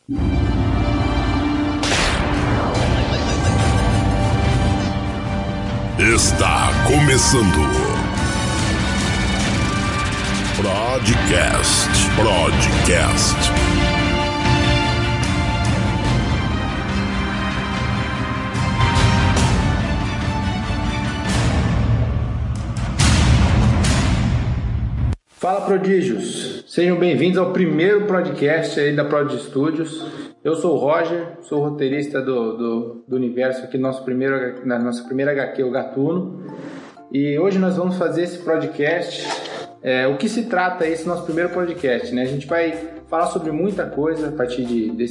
Está começando Podcast. Fala, prodígios! Sejam bem-vindos ao primeiro podcast aí da Prod Studios. Eu sou o Roger, sou o roteirista do universo aqui na nossa primeira HQ, o Gatuno. E hoje nós vamos fazer esse podcast. O que se trata esse nosso primeiro podcast, né? A gente vai falar sobre muita coisa a partir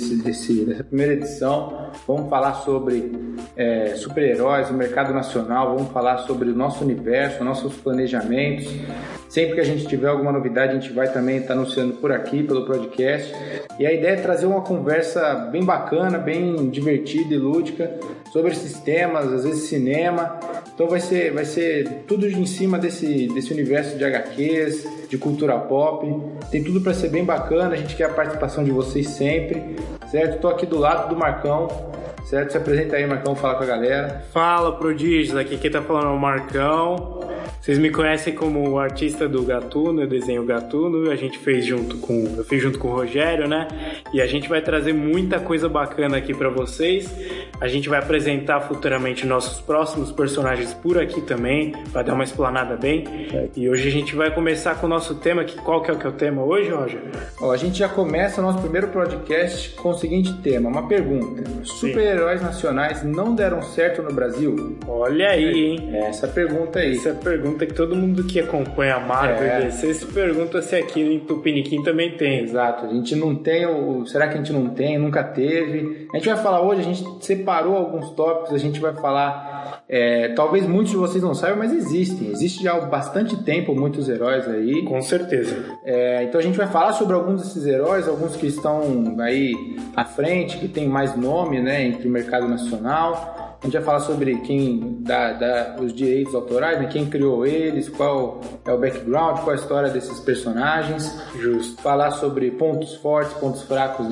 dessa primeira edição. Vamos falar sobre super-heróis, o mercado nacional, vamos falar sobre o nosso universo, nossos planejamentos. Sempre que a gente tiver alguma novidade, a gente vai também estar anunciando por aqui, pelo podcast. E a ideia é trazer uma conversa bem bacana, bem divertida e lúdica sobre esses temas, às vezes cinema. Então vai ser tudo em cima desse universo de HQs, de cultura pop. Tem tudo para ser bem bacana, a gente quer a participação de vocês sempre, certo? Estou aqui do lado do Marcão, certo? Se apresenta aí, Marcão, fala com a galera. Fala, prodígios, aqui quem tá falando é o Marcão. Vocês me conhecem como o artista do Gatuno, eu desenho o Gatuno, eu fiz junto com o Rogério, né? E a gente vai trazer muita coisa bacana aqui pra vocês. A gente vai apresentar futuramente nossos próximos personagens por aqui também, vai dar uma explanada bem. E hoje a gente vai começar com o nosso tema, qual que é o tema hoje, Roger? A gente já começa o nosso primeiro podcast com o seguinte tema, uma pergunta. Super-heróis nacionais não deram certo no Brasil? Olha aí, hein? Essa pergunta aí. Essa pergunta que todo mundo que acompanha a Marvel e DC se pergunta se aqui em Tupiniquim também tem. Exato, a gente não tem será que a gente não tem? Nunca teve. A gente vai falar hoje, a gente separou alguns tópicos, a gente vai falar, talvez muitos de vocês não saibam, mas existe já há bastante tempo muitos heróis aí. Com certeza. Então a gente vai falar sobre alguns desses heróis, alguns que estão aí à frente, que tem mais nome, né, entre o mercado nacional. A gente vai falar sobre quem dá os direitos autorais, né? Quem criou eles, qual é o background, qual é a história desses personagens. Justo. Falar sobre pontos fortes, pontos fracos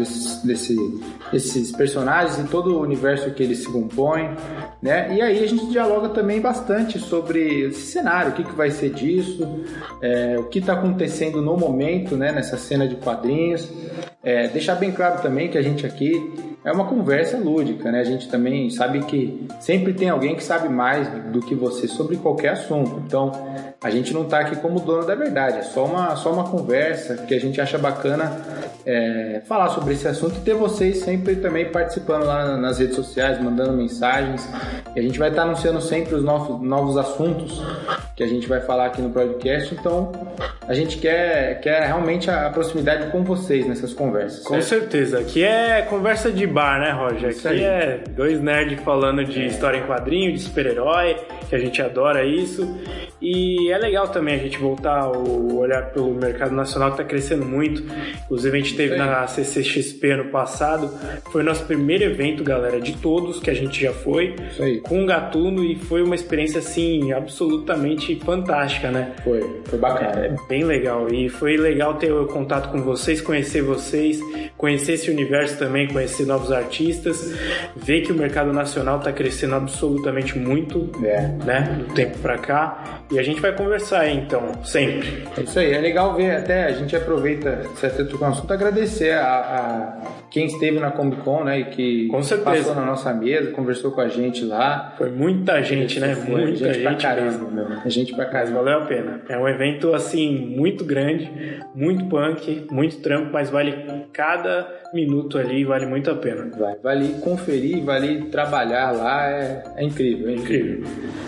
desses personagens e todo o universo que eles se compõem, né? E aí a gente dialoga também bastante sobre esse cenário, o que vai ser disso, o que está acontecendo no momento, né? Nessa cena de quadrinhos. Deixar bem claro também que a gente aqui é uma conversa lúdica, né? A gente também sabe que sempre tem alguém que sabe mais do que você sobre qualquer assunto. Então, a gente não está aqui como dono da verdade. É só uma conversa que a gente acha bacana falar sobre esse assunto e ter vocês sempre também participando lá nas redes sociais, mandando mensagens. E a gente vai estar anunciando sempre os novos assuntos que a gente vai falar aqui no podcast. Então, a gente quer realmente a proximidade com vocês nessas conversas. Com certeza. Aqui é conversa de bar, né, Roger? Aqui é dois nerds falando de história em quadrinho, de super-herói, que a gente adora isso. E é legal também a gente voltar a olhar pelo mercado nacional, que está crescendo muito. Inclusive, a gente teve na CCXP ano passado. Foi o nosso primeiro evento, galera, de todos que a gente já foi, com o Gatuno, e foi uma experiência, assim, absolutamente fantástica, né? Foi bacana. É bem legal. E foi legal ter o contato com vocês, conhecer esse universo também, conhecer novos artistas, ver que o mercado nacional está crescendo absolutamente muito, né, do tempo pra cá. E a gente vai conversar aí, então, sempre. É isso aí, é legal ver, até a gente aproveita, certo, com o assunto, agradecer a quem esteve na Comic Con, né, e que com certeza passou na nossa mesa, conversou com a gente lá. Foi muita gente, né? Muita gente pra caramba, meu. Gente pra caramba. Mas valeu a pena. É um evento, assim, muito grande, muito punk, muito trampo, mas vale cada minuto ali, vale muito a pena. Vale conferir, vale trabalhar lá, é incrível, é incrível.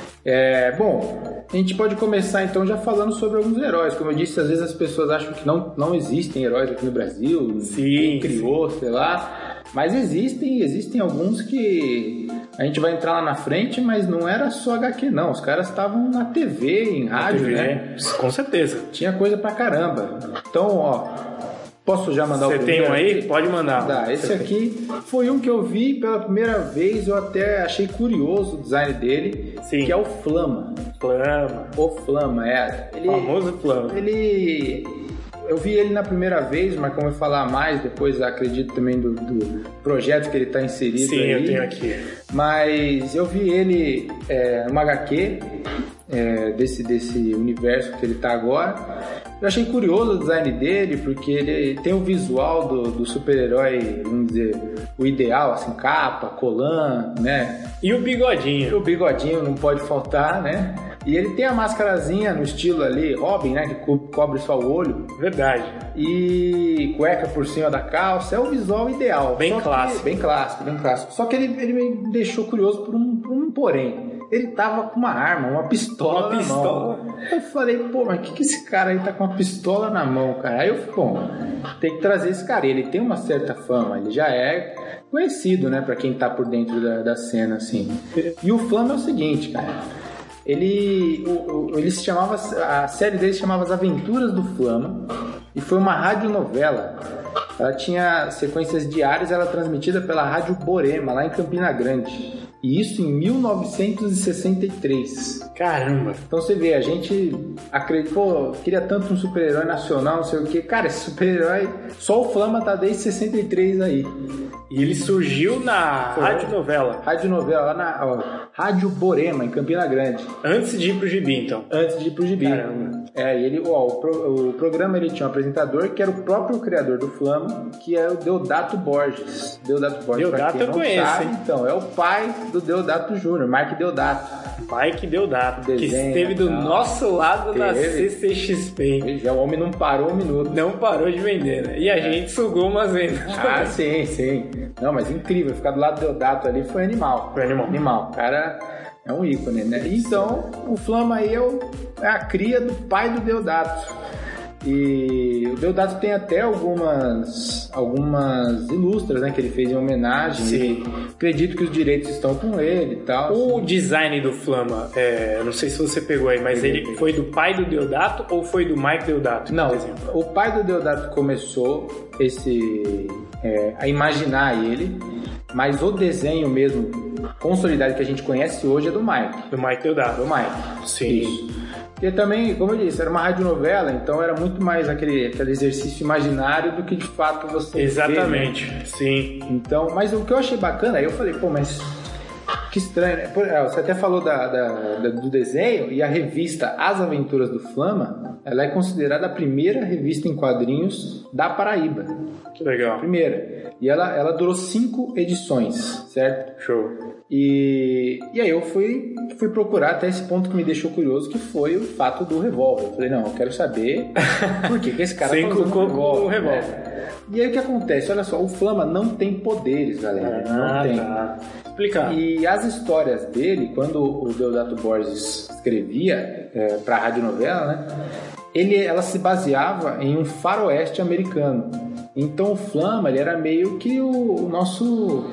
Bom, a gente pode começar então já falando sobre alguns heróis. Como eu disse, às vezes as pessoas acham que não existem heróis aqui no Brasil. Sim, criou, sei lá. Mas existem alguns que a gente vai entrar lá na frente, mas não era só HQ não. Os caras estavam na TV, em rádio, né? Com certeza. Tinha coisa pra caramba. Então, posso já mandar o primeiro? Você tem um aí? Aqui? Pode mandar. Esse aqui foi um que eu vi pela primeira vez, eu até achei curioso o design dele. Sim. Que é o Flama. Flama. O Flama, famoso Flama. Ele eu vi ele na primeira vez, mas como eu falar mais, depois acredito também do projeto que ele está inserido. Sim, aí. eu tenho aqui. Mas eu vi ele numa HQ desse universo que ele está agora. Eu achei curioso o design dele, porque ele tem o visual do super-herói, vamos dizer, o ideal, assim, capa, colã, né? E o bigodinho. E o bigodinho não pode faltar, né? E ele tem a máscarazinha no estilo ali, Robin, né? Que cobre só o olho. Verdade. E cueca por cima da calça. É o visual ideal. Bem clássico. Bem clássico. Só que ele me deixou curioso por um porém. Ele tava com uma arma, uma pistola na mão. Eu falei, pô, mas que esse cara aí tá com uma pistola na mão, cara? Aí eu falei, bom, tem que trazer esse cara. Ele tem uma certa fama, ele já é conhecido, né? Pra quem tá por dentro da cena, assim. E o Flama é o seguinte, cara. Ele se chamava, a série dele se chamava As Aventuras do Flama e foi uma radionovela. Ela tinha sequências diárias, ela era transmitida pela Rádio Borema, lá em Campina Grande. E isso em 1963. Caramba! Então você vê, a gente acreditou, queria tanto um super-herói nacional, não sei o que. Cara, esse super-herói, só o Flama tá desde 63 aí. E ele surgiu na radionovela. Radionovela, lá na Rádio Borema, em Campina Grande. Antes de ir pro Gibi, então. Antes de ir pro Gibi. Caramba. E ele, o programa ele tinha um apresentador que era o próprio criador do Flama, que é o Deodato Borges. Deodato Borges, Deodato eu conheço, sabe, hein? então, é o pai do Deodato Júnior, Mike Deodato. Mike Deodato, Desenho, que esteve do nosso lado na CCXP. Já o homem não parou um minuto. Não parou de vender, né? E a gente sugou umas vendas. Ah, sim. Não, mas incrível, ficar do lado do Deodato ali foi animal. Animal. O cara é um ícone, né? Então, o Flama aí é a cria do pai do Deodato. E o Deodato tem até algumas ilustras, né, que ele fez em homenagem. Sim. Acredito que os direitos estão com ele e tal. O design do Flama, não sei se você pegou aí, mas ele foi do pai do Deodato ou foi do Mike Deodato? Não, o pai do Deodato começou a imaginar ele, mas o desenho mesmo consolidado que a gente conhece hoje é do Mike. Do Mike Deodato. Do Mike. Sim. Isso. E também, como eu disse, era uma radionovela, então era muito mais aquele exercício imaginário do que de fato você Exatamente, vê, né? Sim. Então, mas o que eu achei bacana, aí eu falei, pô, mas que estranho, né? Você até falou do desenho, e a revista As Aventuras do Flama, ela é considerada a primeira revista em quadrinhos da Paraíba. Que legal. Primeira. E ela durou 5 edições, certo? Show. E aí eu fui procurar até esse ponto que me deixou curioso, que foi o fato do revólver. Eu falei, não, eu quero saber por que esse cara tá usando o revólver. Né? E aí o que acontece? Olha só, o Flama não tem poderes, galera. Não tem. Tá. Explicar. E as histórias dele, quando o Deodato Borges escrevia pra radionovela, né? Ela se baseava em um faroeste americano. Então o Flama, ele era meio que o nosso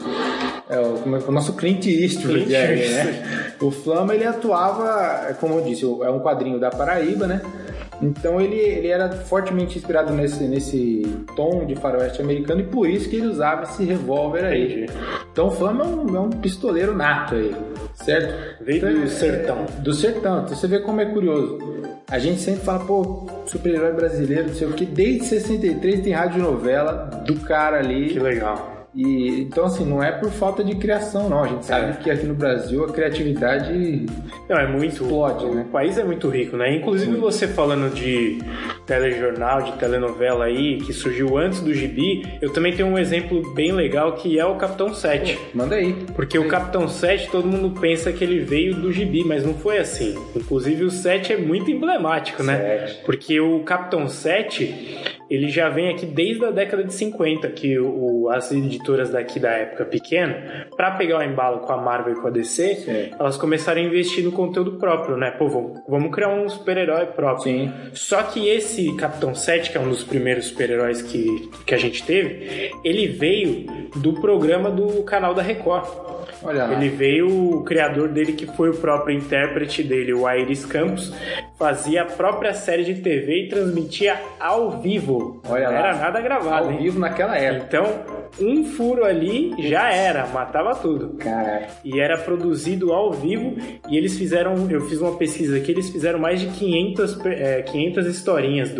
Clint Eastwood, né? O Flama, ele atuava, como eu disse, é um quadrinho da Paraíba, né? Então ele era fortemente inspirado nesse tom de faroeste americano, e por isso que ele usava esse revólver aí. Então o Flama é um pistoleiro nato aí, certo? Veio do sertão. Do sertão. Então você vê como é curioso. A gente sempre fala, pô, super-herói brasileiro, não sei o que. Desde 63 tem radionovela do cara ali. Que legal. E, então, assim, não é por falta de criação, não. A gente sabe que aqui no Brasil a criatividade explode, né? O país é muito rico, né? Inclusive você falando de telejornal, de telenovela aí, que surgiu antes do Gibi, eu também tenho um exemplo bem legal, que é o Capitão 7. Pô, manda aí. Porque o Capitão 7, todo mundo pensa que ele veio do Gibi, mas não foi assim. Inclusive o 7 é muito emblemático, né? Porque o Capitão 7, ele já vem aqui desde a década de 50, que as editoras daqui da época pequena, pra pegar o embalo com a Marvel e com a DC, elas começaram a investir no conteúdo próprio, né? Pô, vamos criar um super-herói próprio. Sim. Só que esse Capitão 7, que é um dos primeiros super-heróis que a gente teve, ele veio do programa do canal da Record. Olha lá. Ele veio, o criador dele, que foi o próprio intérprete dele, o Aires Campos, fazia a própria série de TV e transmitia ao vivo. Olha lá. Não era nada gravado, ao vivo naquela época. Então, um furo ali já era, matava tudo. Caraca. E era produzido ao vivo, e eles fizeram, eu fiz uma pesquisa aqui, eles fizeram mais de 500 historinhas do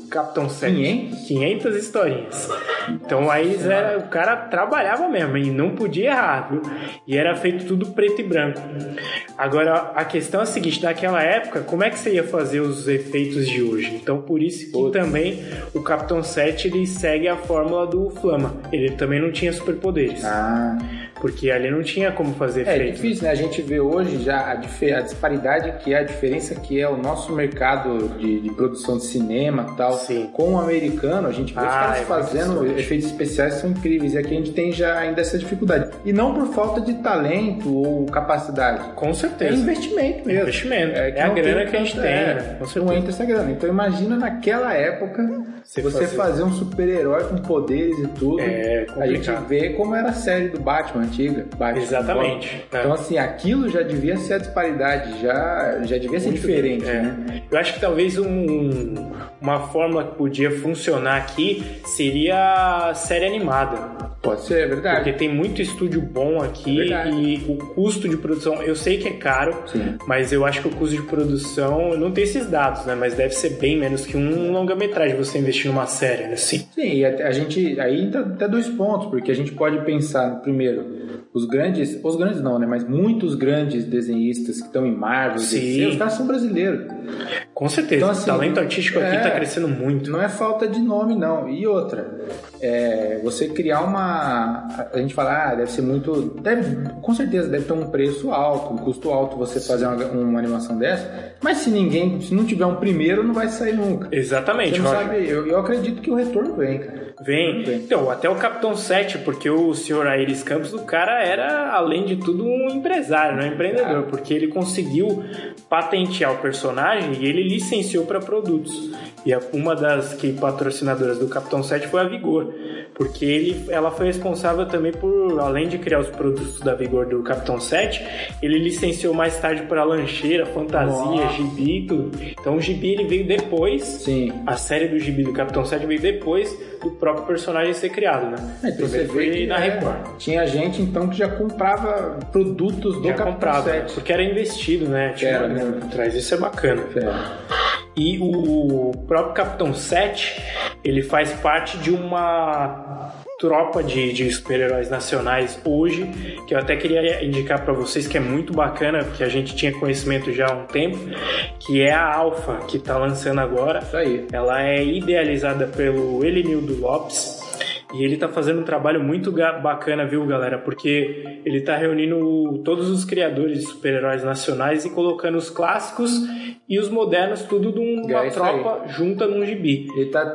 Capitão 7. 500 historinhas. Então aí o cara trabalhava mesmo e não podia errar, viu? E era feito tudo preto e branco. Agora, a questão é a seguinte, naquela época, como é que você ia fazer os efeitos de hoje? Então, por isso que também o Capitão 7, ele segue a fórmula do Flama. Ele também não tinha superpoderes. Porque ali não tinha como fazer efeito. É difícil, né? A gente vê hoje já a disparidade que é, a diferença que é o nosso mercado de produção de cinema e tal. Sim. Com o americano, a gente vê os caras fazendo efeitos especiais que são incríveis. E aqui a gente tem já ainda essa dificuldade. E não por falta de talento ou capacidade. Com certeza. É investimento mesmo. Investimento. É a grana que a gente tem, né? Não entra essa grana. Então imagina naquela época você fazer um super-herói com poderes e tudo. A gente vê como era a série do Batman antiga. Exatamente. Então assim, aquilo já devia ser a disparidade, já devia ser diferente, né? Eu acho que talvez uma fórmula que podia funcionar aqui seria a série animada. Pode ser, é verdade. Porque tem muito estúdio bom aqui e o custo de produção, eu sei que é caro, mas eu acho que o custo de produção, eu não tenho esses dados, né? Mas deve ser bem menos que um longa-metragem você investir numa série, né? Sim, e a gente, aí entra até 2 pontos, porque a gente pode pensar, primeiro, os grandes não, né? Mas muitos grandes desenhistas que estão em Marvel, DC, os caras são brasileiros. Com certeza. Então, assim, o talento artístico aqui tá crescendo muito. Não é falta de nome, não. E outra, você criar a gente fala, deve ser muito... com certeza deve ter um preço alto, um custo alto você fazer uma animação dessa, mas se não tiver um primeiro, não vai sair nunca. Exatamente. Você não sabe, eu acredito que o retorno vem, cara. Vem. Então, até o Capitão 7, porque o senhor Aires Campos, o cara era, além de tudo, um empresário, não é empreendedor, porque ele conseguiu patentear o personagem e ele licenciou para produtos. E uma das patrocinadoras do Capitão 7 foi a Vigor, porque ela foi responsável também por, além de criar os produtos da Vigor do Capitão 7, ele licenciou mais tarde para lancheira, fantasia, gibi e tudo. Então o gibi ele veio depois, a série do gibi do Capitão 7 veio depois do próprio personagem ser criado, né? Então você foi na Record. Tinha gente então que já comprava produtos do Capitão 7. Porque era investido, né? Tinha uma grana por trás. Isso é bacana. E o próprio Capitão 7, ele faz parte de uma tropa de super-heróis nacionais hoje, que eu até queria indicar para vocês, que é muito bacana, porque a gente tinha conhecimento já há um tempo, que é a Alpha, que está lançando agora. Isso aí. Ela é idealizada pelo Elenildo Lopes, e ele tá fazendo um trabalho muito bacana, viu, galera? Porque ele tá reunindo todos os criadores de super-heróis nacionais e colocando os clássicos e os modernos, tudo de uma tropa junta num gibi. Ele tá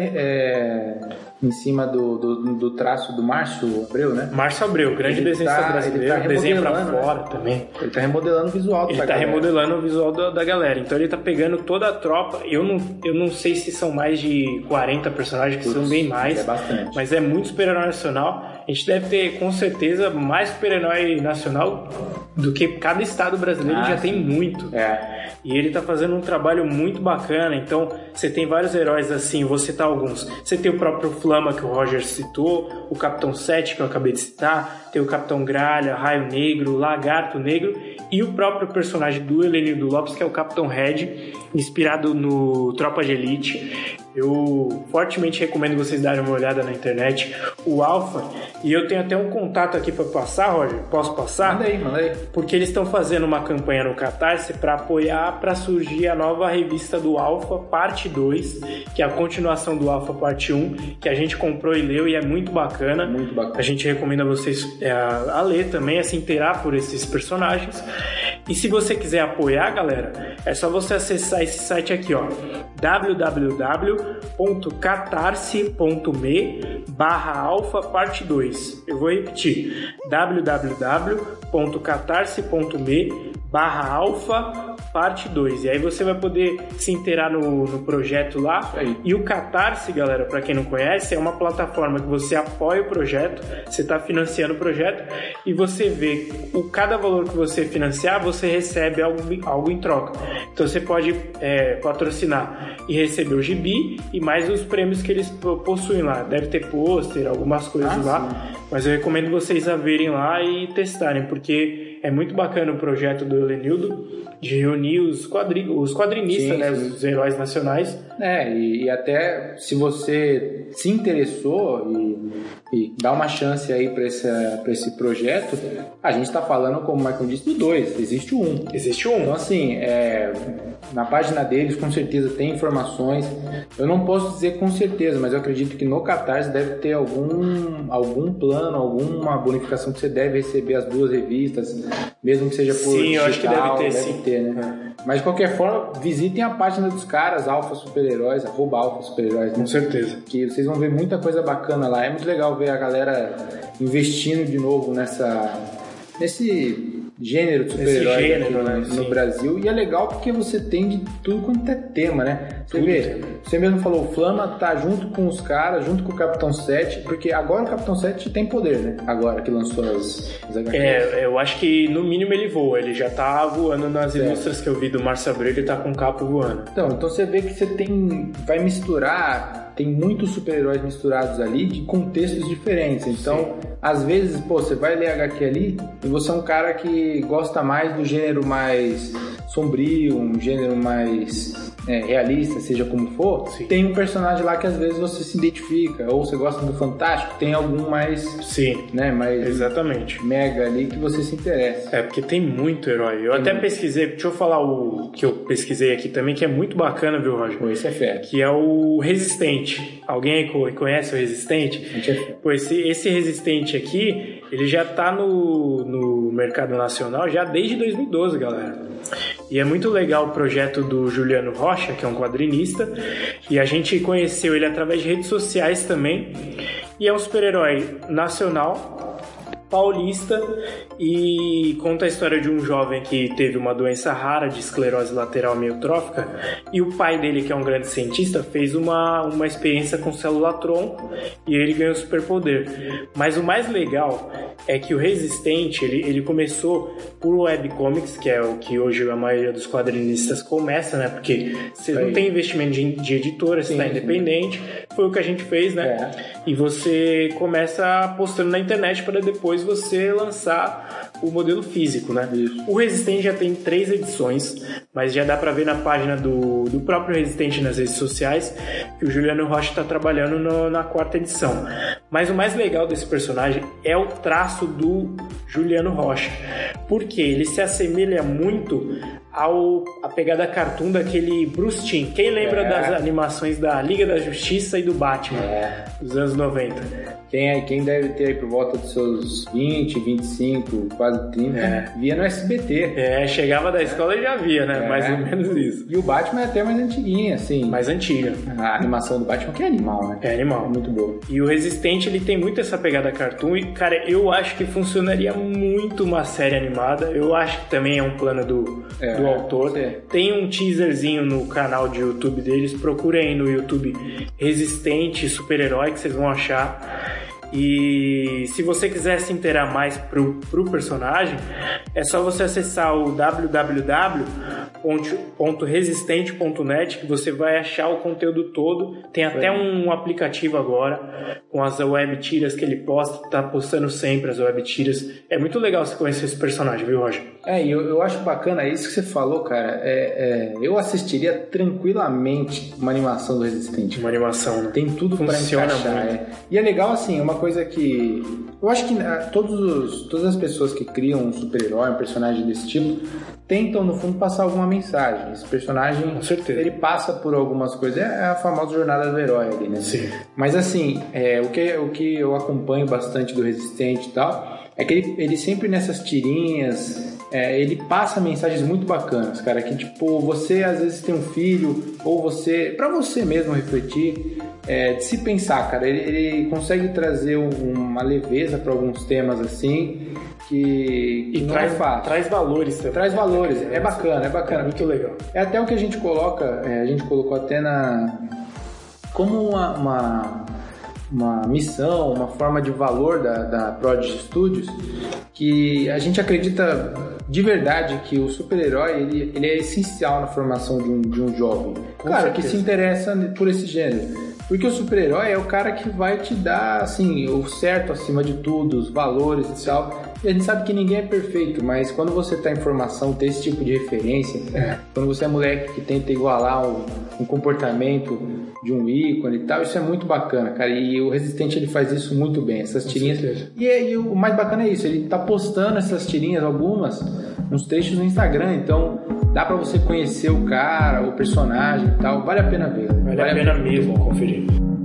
até em cima do traço do Márcio Abreu, né? Márcio Abreu, grande desenhista brasileiro, desenha pra fora também. Ele tá remodelando o visual da galera. Ele tá remodelando o visual da galera. Então ele tá pegando toda a tropa. Eu não sei se são mais de 40 personagens, que são bem mais. É bastante. Mas é muito super-herói nacional. A gente deve ter, com certeza, mais super-herói nacional do que cada estado brasileiro já tem muito. E ele tá fazendo um trabalho muito bacana. Então, você tem vários heróis assim, vou citar alguns. Você tem o próprio Flama, que o Roger citou, o Capitão 7, que eu acabei de citar, tem o Capitão Gralha, Raio Negro, Lagarto Negro e o próprio personagem do Elenildo Lopes, que é o Capitão Red, inspirado no Tropa de Elite. Eu fortemente recomendo vocês darem uma olhada na internet, o Alpha, e eu tenho até um contato aqui para passar, Roger, posso passar? Manda aí. Porque eles estão fazendo uma campanha no Catarse para apoiar, para surgir a nova revista do Alpha, parte 2, que é a continuação do Alpha parte 1, que a gente comprou e leu e é muito bacana. Muito bacana. A gente recomenda vocês a ler também, a se inteirar por esses personagens. E se você quiser apoiar, galera, é só você acessar esse site aqui, ó, www.catarse.me/alpha parte 2. Eu vou repetir, www.catarse.me/alpha parte 2. E aí você vai poder se inteirar no projeto lá. E o Catarse, galera, para quem não conhece, é uma plataforma que você apoia o projeto, você está financiando o projeto e você vê cada valor que você financiar, você recebe algo em troca. Então você pode patrocinar e receber o gibi e mais os prêmios que eles possuem lá. Deve ter pôster, algumas coisas lá. Sim. mas eu recomendo vocês a verem lá e testarem, porque é muito bacana o projeto do Helenildo de reunir os quadrinistas, né, os heróis nacionais. E até se você se interessou e dá uma chance aí para esse projeto, a gente está falando, como o Michael disse, do 2, existe o 1. Existe o 1. Então assim, na página deles com certeza tem informações, eu não posso dizer com certeza, mas eu acredito que no Catarse deve ter algum plano, alguma bonificação que você deve receber as 2 revistas, mesmo que seja por digital, eu acho que deve ter, sim. Né? Mas de qualquer forma, visitem a página dos caras, Alpha Super-Heróis, @Alpha Super-Heróis, né? Com certeza. Que vocês vão ver muita coisa bacana lá. É muito legal ver a galera investindo de novo nesse gênero de super-herói no Brasil. E é legal porque você tem de tudo quanto é tema, né? Você mesmo falou, o Flama tá junto com os caras, junto com o Capitão 7, porque agora o Capitão 7 tem poder, né? Agora que lançou as HQs. Eu acho que no mínimo ele voa, ele já tá voando nas ilustras que eu vi do Márcio Abreu, ele tá com o capo voando. Então você vê que vai misturar, tem muitos super-heróis misturados ali de contextos diferentes. Então, às vezes, você vai ler HQ ali e você é um cara que gosta mais do gênero mais sombrio, um gênero mais realista, seja como for. Sim. Tem um personagem lá que às vezes você se identifica, ou você gosta do Fantástico, tem algum mais... Sim, né, mais exatamente. Mega ali que você se interessa. Porque tem muito herói. Eu até pesquisei, deixa eu falar o que eu pesquisei aqui também, que é muito bacana, viu, Roger? Esse é fera. Que é o Resistente. Alguém conhece o Resistente? Pois esse Resistente aqui, ele já tá no mercado nacional já desde 2012, galera. E é muito legal o projeto do Juliano Rocha, que é um quadrinista, e a gente conheceu ele através de redes sociais também, e é um super-herói nacional, paulista, e conta a história de um jovem que teve uma doença rara de esclerose lateral amiotrófica, e o pai dele, que é um grande cientista, fez uma experiência com célula-tronco e ele ganhou superpoder. Mas o mais legal é que o Resistente, ele começou por webcomics, que é o que hoje a maioria dos quadrinistas começa, né? Porque você não tem investimento de editora, você está independente. Foi o que a gente fez, né? E você começa postando na internet para depois você lançar o modelo físico, né? Isso. O Resistente já tem 3 edições, mas já dá para ver na página do próprio Resistente nas redes sociais que o Juliano Rocha está trabalhando na 4ª edição. Mas o mais legal desse personagem é o traço do Juliano Rocha, porque ele se assemelha muito a pegada cartoon daquele Bruce Timm. Quem lembra das animações da Liga da Justiça e do Batman dos anos 90? Quem deve ter aí por volta dos seus 20, 25, quase 30, via no SBT. Chegava da escola e já via, né? Mais ou menos isso. E o Batman é até mais antiguinha, assim. Mais antiga. A animação do Batman que é animal, né? É animal. É muito boa. E o Resistente, ele tem muito essa pegada cartoon e, cara, eu acho que funcionaria muito uma série animada. Eu acho que também é um plano do autor. Tem um teaserzinho no canal de YouTube deles. Procurem aí no YouTube Resistente Super-Herói que vocês vão achar. E se você quiser se inteirar mais pro personagem, é só você acessar o www.resistente.net que você vai achar o conteúdo todo. Tem até um aplicativo agora com as web tiras que ele posta, tá postando sempre as web tiras. É muito legal você conhecer esse personagem, viu, Roger? Eu acho bacana isso que você falou, cara. Eu assistiria tranquilamente uma animação do Resistente. Uma animação, né? Tem tudo pra encaixar. E é legal, assim, uma coisa que... Eu acho que todas as pessoas que criam um super-herói, um personagem desse tipo, tentam, no fundo, passar alguma mensagem. Esse personagem, com certeza, ele passa por algumas coisas. É a famosa jornada do herói ali, né? Sim. Mas, assim, o que eu acompanho bastante do Resistente e tal, é que ele sempre nessas tirinhas... ele passa mensagens muito bacanas, cara, que tipo, você às vezes tem um filho, ou pra você mesmo refletir, de se pensar, cara, ele consegue trazer uma leveza para alguns temas assim, que não é fácil. Traz valores também. Traz valores, é bacana. Muito legal. É até o que a gente coloca, a gente colocou até como uma missão, uma forma de valor da Prodigy Studios, que a gente acredita de verdade que o super-herói ele é essencial na formação de um jovem. Claro, que se interessa por esse gênero. Porque o super-herói é o cara que vai te dar, assim, o certo acima de tudo, os valores e tal. E a gente sabe que ninguém é perfeito, mas quando você tá em formação, ter esse tipo de referência, quando você é moleque que tenta igualar um comportamento de um ícone e tal, isso é muito bacana, cara. E o Resistente, ele faz isso muito bem, essas tirinhas. E o mais bacana é isso, ele tá postando essas tirinhas, algumas, uns trechos no Instagram, então dá pra você conhecer o cara, o personagem e tal, vale a pena ver. Vale a pena mesmo conferir.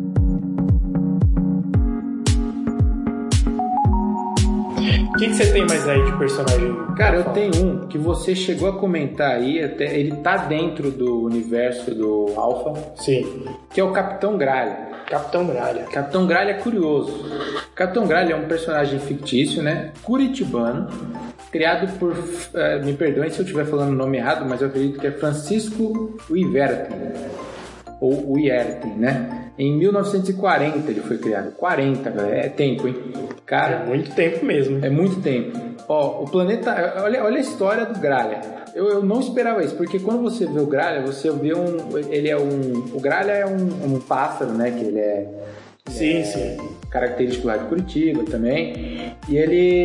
O que você tem mais aí de personagem? Cara, eu tenho um que você chegou a comentar aí, até, ele tá dentro do universo do Alpha. Sim. Que é o Capitão Gralha. Capitão Gralha. Capitão Gralha é curioso. Capitão Gralha é um personagem fictício, né? Curitibano, criado por, me perdoem se eu estiver falando o nome errado, mas eu acredito que é Francisco Uiverten, ou Uierten, né? Em 1940 ele foi criado. 40, galera. É tempo, hein? Cara, é muito tempo mesmo. É muito tempo. Ó, o planeta... Olha a história do Gralha. Eu não esperava isso, porque quando você vê o Gralha, você vê o Gralha é um pássaro, né? Que ele é... Sim. Característico lá de Curitiba também. E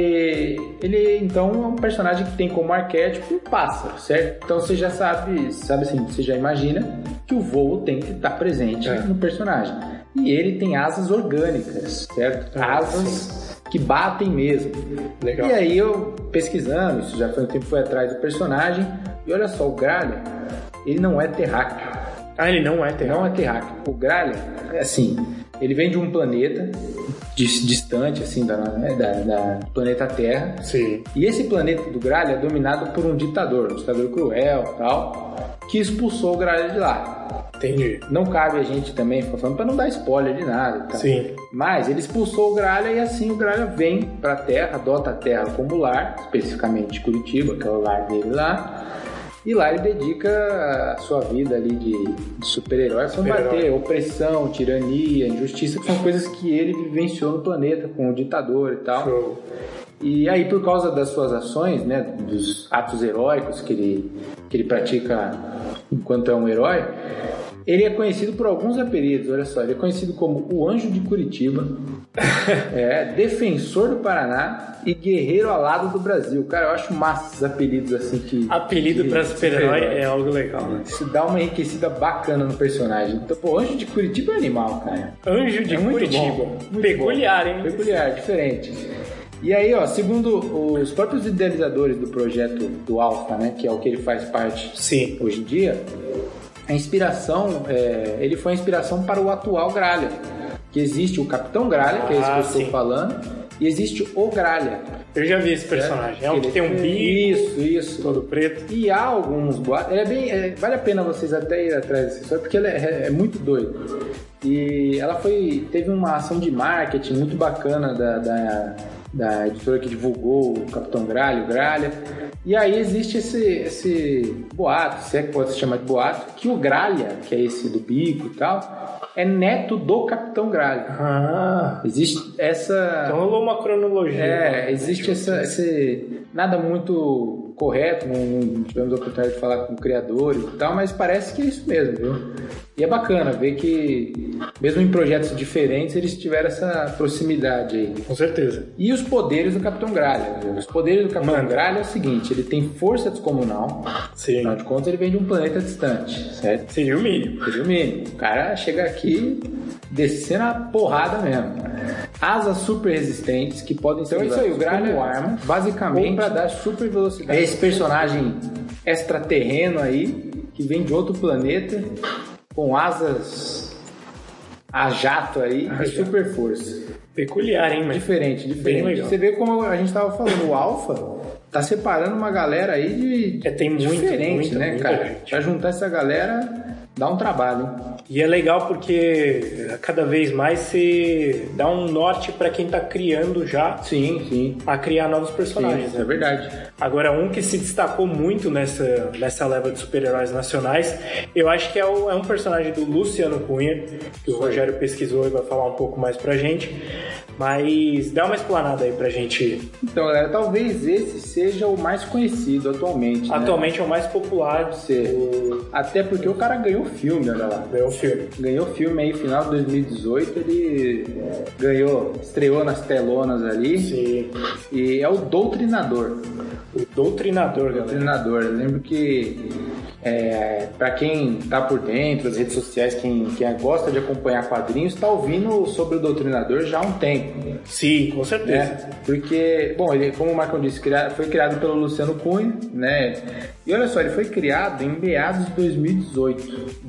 ele então é um personagem que tem como arquétipo um pássaro, certo? Então você já sabe assim, você já imagina que o voo tem que estar presente no personagem. E ele tem asas orgânicas, certo? Asas que batem mesmo. Legal. E aí eu pesquisando, isso já foi um tempo, fui atrás do personagem, e olha só, o Gralha, ele não é terráqueo. Ele não é terráqueo? Não é terráqueo. O Gralha, assim, ele vem de um planeta distante, assim, do planeta Terra. Sim. E esse planeta do Gralha é dominado por um ditador cruel e tal, que expulsou o Gralha de lá. Entendi. Não cabe a gente também, falando pra não dar spoiler de nada e tal. Sim. Mas ele expulsou o Gralha e assim o Gralha vem pra Terra, adota a Terra como lar, especificamente Curitiba, que é o lar dele lá. E lá ele dedica a sua vida ali de super-herói a combater opressão, tirania, injustiça, que são coisas que ele vivenciou no planeta com o ditador e tal. Show. E aí, por causa das suas ações, né, dos atos heróicos que ele pratica enquanto é um herói, ele é conhecido por alguns apelidos. Olha só, ele é conhecido como o Anjo de Curitiba, Defensor do Paraná e Guerreiro Alado do Brasil. Cara, eu acho massa esses apelidos assim que... Apelido pra super-herói é algo legal, né? Isso dá uma enriquecida bacana no personagem. Então, pô, Anjo de Curitiba é animal, cara. Anjo de Curitiba. Muito peculiar, bom. Hein? Peculiar, diferente. E aí, ó, segundo os próprios idealizadores do projeto do Alpha, né, que é o que ele faz parte hoje em dia, a inspiração, ele foi a inspiração para o atual Gralha, que existe o Capitão Gralha, que é esse que eu estou falando, e existe o Gralha. Eu já vi esse personagem, é um que tem um bico, isso, todo preto. E há alguns boatos, vale a pena vocês até ir atrás dessa história, porque ela é muito doido. E ela teve uma ação de marketing muito bacana da editora que divulgou o Capitão Gralha, o Gralha. E aí existe esse boato, se é que pode se chamar de boato, que o Gralha, que é esse do bico e tal, é neto do Capitão Gralha. Existe essa... Então rolou uma cronologia. Existe esse... Nada muito correto, não tivemos a oportunidade de falar com criadores e tal, mas parece que é isso mesmo, viu? E é bacana ver que, mesmo em projetos diferentes, eles tiveram essa proximidade aí. Com certeza. E os poderes do Capitão Gralha? Os poderes do Capitão Gralha é o seguinte, ele tem força descomunal. Sim. Afinal de contas, ele vem de um planeta distante, certo? Seria o mínimo. O cara chega aqui descendo a porrada mesmo. Asas super resistentes que podem ser usadas como arma, basicamente, para dar super velocidade. É esse personagem extraterreno aí, que vem de outro planeta, com asas a jato aí e super força. Peculiar, hein? Mas diferente. Você vê como a gente tava falando, o Alpha tá separando uma galera aí de tem diferente, né, cara? Gente. Pra juntar essa galera dá um trabalho, hein? E é legal porque cada vez mais se dá um norte pra quem tá criando já. Sim. A criar novos personagens. Sim, é verdade. Agora, um que se destacou muito nessa leva de super-heróis nacionais, eu acho que é um personagem do Luciano Cunha, que o Rogério pesquisou e vai falar um pouco mais pra gente. Mas dá uma explanada aí pra gente. Então, galera, talvez esse seja o mais conhecido atualmente. Atualmente é o mais popular de ser. Até porque o cara ganhou filme, olha lá. Ganhou filme aí, final de 2018, ele estreou nas telonas ali. Sim. E é o Doutrinador. O Doutrinador, galera. Doutrinador. Eu lembro que para quem tá por dentro das redes sociais, quem gosta de acompanhar quadrinhos, tá ouvindo sobre o Doutrinador já há um tempo. Sim, com certeza. Porque, bom, ele, como o Marcão disse, foi criado pelo Luciano Cunha, né? E olha só, ele foi criado em meados de 2018.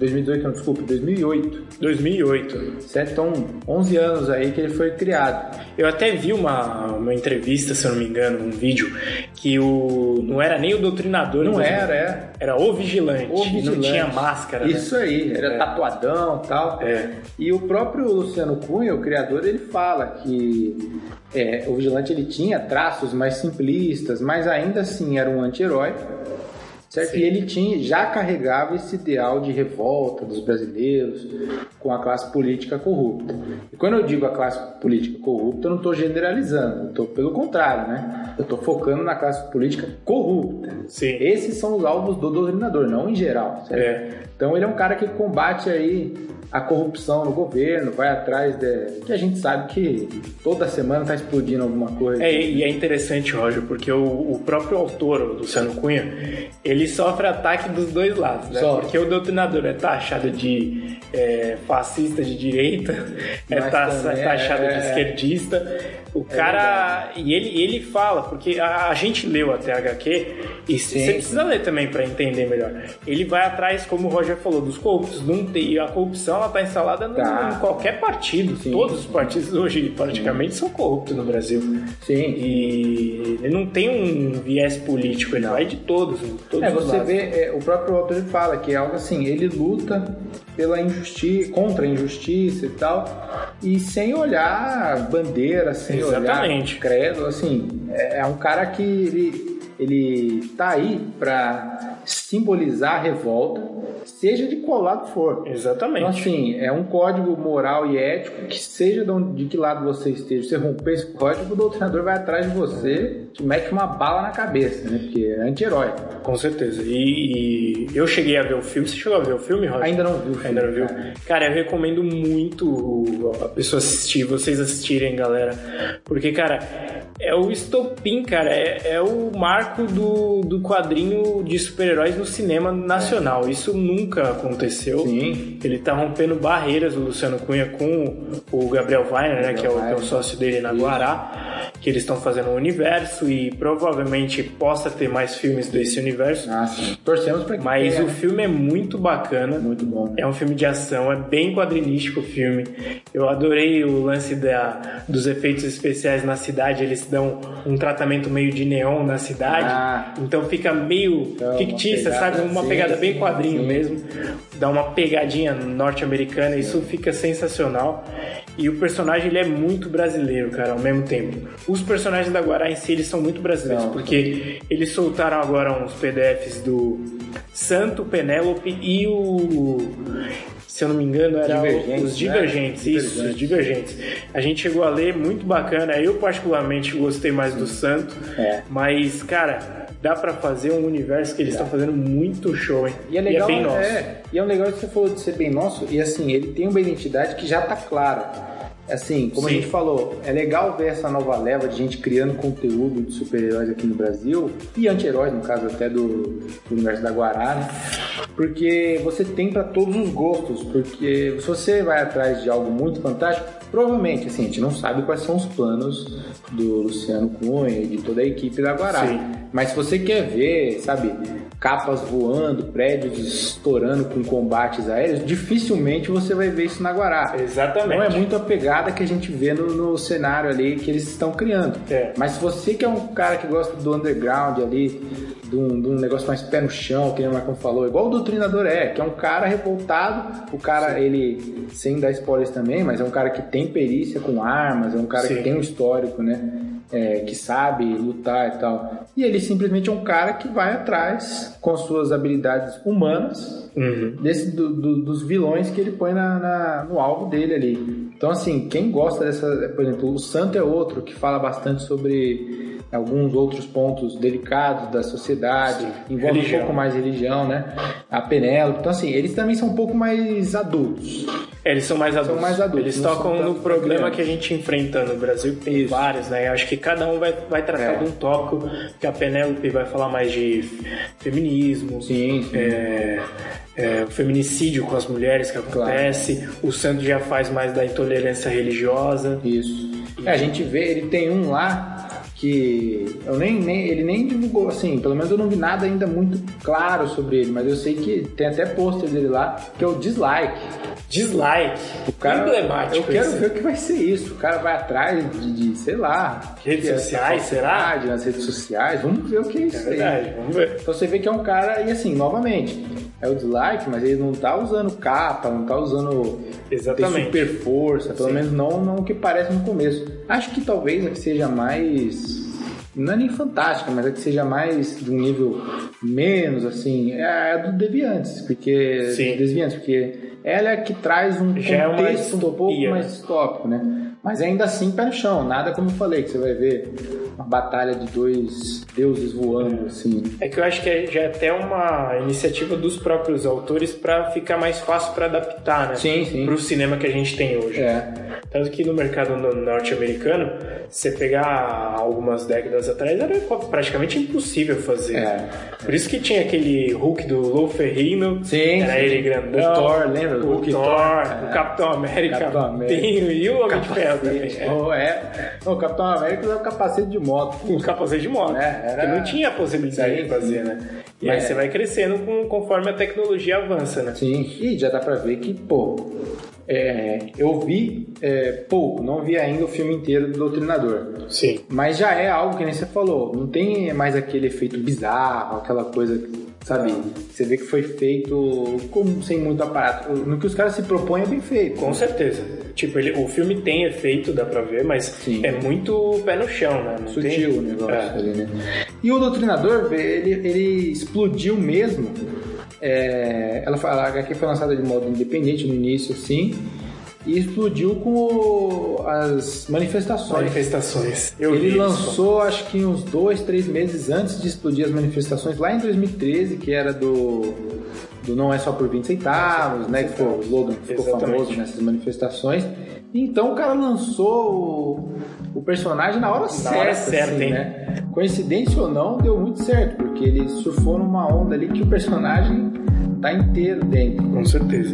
2008. Certo? Então, 11 anos aí que ele foi criado. Eu até vi uma entrevista, se eu não me engano, um vídeo, que não era nem o Doutrinador. Não era. Era o Vigilante. Não tinha máscara. Isso, né? Aí, era tatuadão e tal. E o próprio Luciano Cunha, o criador, ele fala que o Vigilante ele tinha traços mais simplistas, mas ainda assim era um anti-herói. Certo? E ele já carregava esse ideal de revolta dos brasileiros com a classe política corrupta. E quando eu digo a classe política corrupta, eu não estou generalizando, eu estou pelo contrário, né? Eu estou focando na classe política corrupta. Sim. Esses são os alvos do Doutrinador, não em geral. Certo? Então ele é um cara que combate aí a corrupção no governo, vai atrás que a gente sabe que toda semana tá explodindo alguma coisa. E é interessante, Roger, porque o próprio autor, o Luciano Cunha, ele sofre ataque dos dois lados, né? Porque o Doutrinador é taxado de fascista de direita, taxado de esquerdista. O cara... E ele fala, porque a gente leu até HQ, e você precisa ler também para entender melhor. Ele vai atrás, como o Roger falou, dos corruptos. E a corrupção ela tá instalada em qualquer partido. Sim. Todos os partidos hoje praticamente são corruptos no Brasil. Sim. E ele não tem um viés político, ele vai de todos os você lados. Vê, o próprio autor fala que é algo assim, ele luta contra a injustiça e tal, e sem olhar bandeira, sem olhar credo, assim, é um cara que ele tá aí pra simbolizar a revolta, seja de qual lado for. Exatamente. Então, assim, é um código moral e ético que seja de que lado você esteja, você romper esse código, o Doutrinador vai atrás de você, te mete uma bala na cabeça, né? Porque é anti-herói. Com certeza. E eu cheguei a ver o filme. Você chegou a ver o filme, Roger? Ainda não vi o filme. Ainda não viu? Cara, eu recomendo muito a pessoa assistir, vocês assistirem, galera. Porque, cara, é o estopim, cara. É o marco do quadrinho de super-heróis no cinema nacional. Isso nunca aconteceu. Sim. Ele tá rompendo barreiras, o Luciano Cunha, com o Gabriel Weiner, né? Que é o sócio dele na Guará. Que eles estão fazendo um universo e provavelmente possa ter mais filmes desse universo. Sim. Torcemos pra que Mas o filme é muito bacana. Muito bom. É um filme de ação, é bem quadrinístico o filme. Eu adorei o lance dos efeitos especiais na cidade. Eles dão um tratamento meio de neon na cidade. Então fica meio fictícia, sabe? Uma pegada bem quadrinho mesmo. Dá uma pegadinha norte-americana. Isso fica sensacional. E o personagem, ele é muito brasileiro, cara, ao mesmo tempo. Os personagens da Guará em si, eles são muito brasileiros, porque eles soltaram agora uns PDFs do Santo, Penélope e se eu não me engano, era os Divergentes. Né? Isso, os Divergentes. A gente chegou a ler, muito bacana. Eu, particularmente, gostei mais do Santo. Mas, cara, dá pra fazer um universo que eles estão fazendo muito show, hein? E é legal, bem nosso. E é um legal que você falou de ser bem nosso. E, assim, ele tem uma identidade que já tá clara. Assim, como a gente falou, é legal ver essa nova leva de gente criando conteúdo de super-heróis aqui no Brasil, e anti-heróis, no caso até do universo da Guará, né? Porque você tem para todos os gostos, porque se você vai atrás de algo muito fantástico, provavelmente, assim, a gente não sabe quais são os planos do Luciano Cunha e de toda a equipe da Guará. Sim. Mas se você quer ver, sabe, capas voando, prédios estourando com combates aéreos, dificilmente você vai ver isso na Guará. Exatamente. Não é muito a pegada que a gente vê no cenário ali que eles estão criando. Mas se você que é um cara que gosta do underground ali, de um negócio mais pé no chão, que o Marcão falou, igual o Doutrinador que é um cara revoltado, o cara, ele, sem dar spoilers também, mas é um cara que tem perícia com armas, é um cara que tem um histórico, né? que sabe lutar e tal. E ele simplesmente é um cara que vai atrás com suas habilidades humanas dos vilões que ele põe no alvo dele ali. Então, assim, quem gosta dessa... Por exemplo, o Santo é outro que fala bastante sobre alguns outros pontos delicados da sociedade, envolve um pouco mais religião, né? A Penélope. Então, assim, eles também são um pouco mais adultos. Eles são mais adultos. Eles tocam no problema que a gente enfrenta no Brasil, que tem vários, né? Eu acho que cada um vai tratar de um tópico, que a Penélope vai falar mais de feminismo, o feminicídio com as mulheres que acontece, o Santo já faz mais da intolerância religiosa. Isso. A gente vê, ele tem um lá que ele nem divulgou, assim, pelo menos eu não vi nada ainda muito claro sobre ele, mas eu sei que tem até pôster dele lá, que é o Dislike. O cara, emblemático. Eu quero ver o que vai ser isso. O cara vai atrás de sei lá... Redes sociais, será? Nas redes sociais. Vamos ver o que é isso aí. É verdade, vamos ver. Então você vê que é um cara, e assim, novamente, é o Dislike, mas ele não tá usando capa, não tá usando... Exatamente. Super força, pelo menos não o que parece no começo. Acho que talvez a que seja mais... Não é nem fantástica, mas é que seja mais de um nível menos, assim, é a do Deviantes, porque... Desviantes, porque ela é a que traz um contexto um pouco mais distópico, né? Mas ainda assim, pé no chão, nada como eu falei, que você vai ver uma batalha de dois deuses voando, assim. É que eu acho que já é até uma iniciativa dos próprios autores para ficar mais fácil para adaptar, né? Sim. Pro cinema que a gente tem hoje. Tanto que no mercado norte-americano, você pegar algumas décadas atrás, era praticamente impossível fazer. Por isso que tinha aquele Hulk do Lou Ferrigno, era ele grandão. O Thor, lembra? O Thor, o Capitão América, e o Homem de Ferro também. O Capitão América usava o capacete de moto. Um capacete de moto. Porque não tinha a possibilidade de fazer, né? E aí você vai crescendo conforme a tecnologia avança, né? Sim, e já dá pra ver que, eu vi pouco, não vi ainda o filme inteiro do Doutrinador. Sim. Mas já é algo que nem você falou, não tem mais aquele efeito bizarro, aquela coisa, sabe? Você vê que foi feito sem muito aparato. No que os caras se propõem é bem feito. Com certeza. Tipo, o filme tem efeito, dá pra ver, mas é muito pé no chão, né? Não sutil o negócio ali, né? E o Doutrinador, ele explodiu mesmo. A HQ foi lançada de modo independente no início, assim, e explodiu com as manifestações. Ele lançou, acho que uns 2-3 meses antes de explodir as manifestações, lá em 2013, que era do Não É Só Por 20 Centavos, né? Que foi o slogan que ficou famoso nessas manifestações. Então o cara lançou o personagem na hora certa, assim, né? Coincidência ou não, deu muito certo, porque ele surfou numa onda ali que o personagem tá inteiro dentro. Com certeza.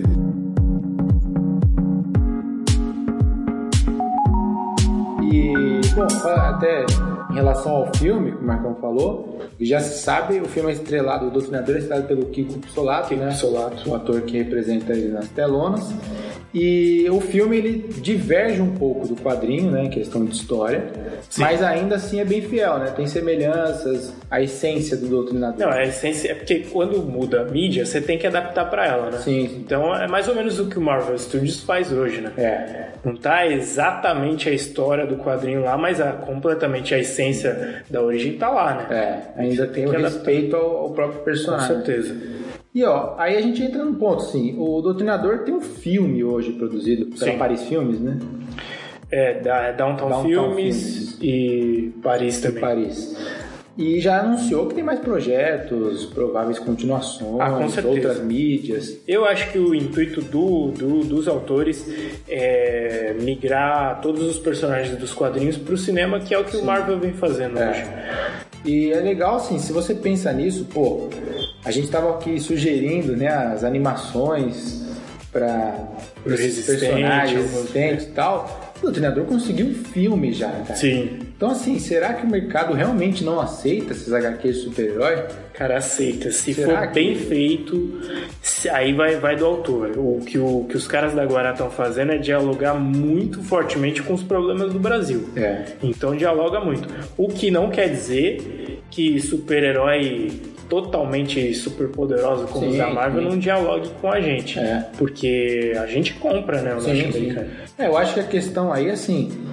E, bom, até em relação ao filme, que o Marcão falou, já se sabe, o filme é estrelado, o Doutrinador é estrelado pelo Kiko Pissolato, né? O ator que representa ele nas telonas. E o filme, ele diverge um pouco do quadrinho, né, em questão de história, mas ainda assim é bem fiel, né? Tem semelhanças, a essência do Doutrinador. Não, a essência é porque quando muda a mídia, você tem que adaptar pra ela, né? Sim. Então é mais ou menos o que o Marvel Studios faz hoje, né? Não tá exatamente a história do quadrinho lá, mas completamente a essência da origem tá lá, né? Ainda tem o respeito ao próprio personagem. Com certeza. E aí a gente entra num ponto, assim, o Doutrinador tem um filme hoje produzido pela Paris Filmes, né? Da Downtown Filmes e Paris também. E já anunciou que tem mais projetos, prováveis continuações, outras mídias. Eu acho que o intuito dos autores é migrar todos os personagens dos quadrinhos pro cinema, que é o que o Marvel vem fazendo hoje. E é legal, assim, se você pensa nisso, a gente estava aqui sugerindo, né, as animações para esses personagens resistentes e tal. O Doutrinador conseguiu um filme já, cara. Sim. Então, assim, será que o mercado realmente não aceita esses HQs de super-herói? Cara, aceita. Se for bem feito, aí vai do autor. O que os caras da Guará estão fazendo é dialogar muito fortemente com os problemas do Brasil. Então, dialoga muito. O que não quer dizer que super-herói totalmente super poderoso como os da Marvel não dialogue com a gente. Porque a gente compra, né, o norte-americano. Eu acho que a questão aí, assim,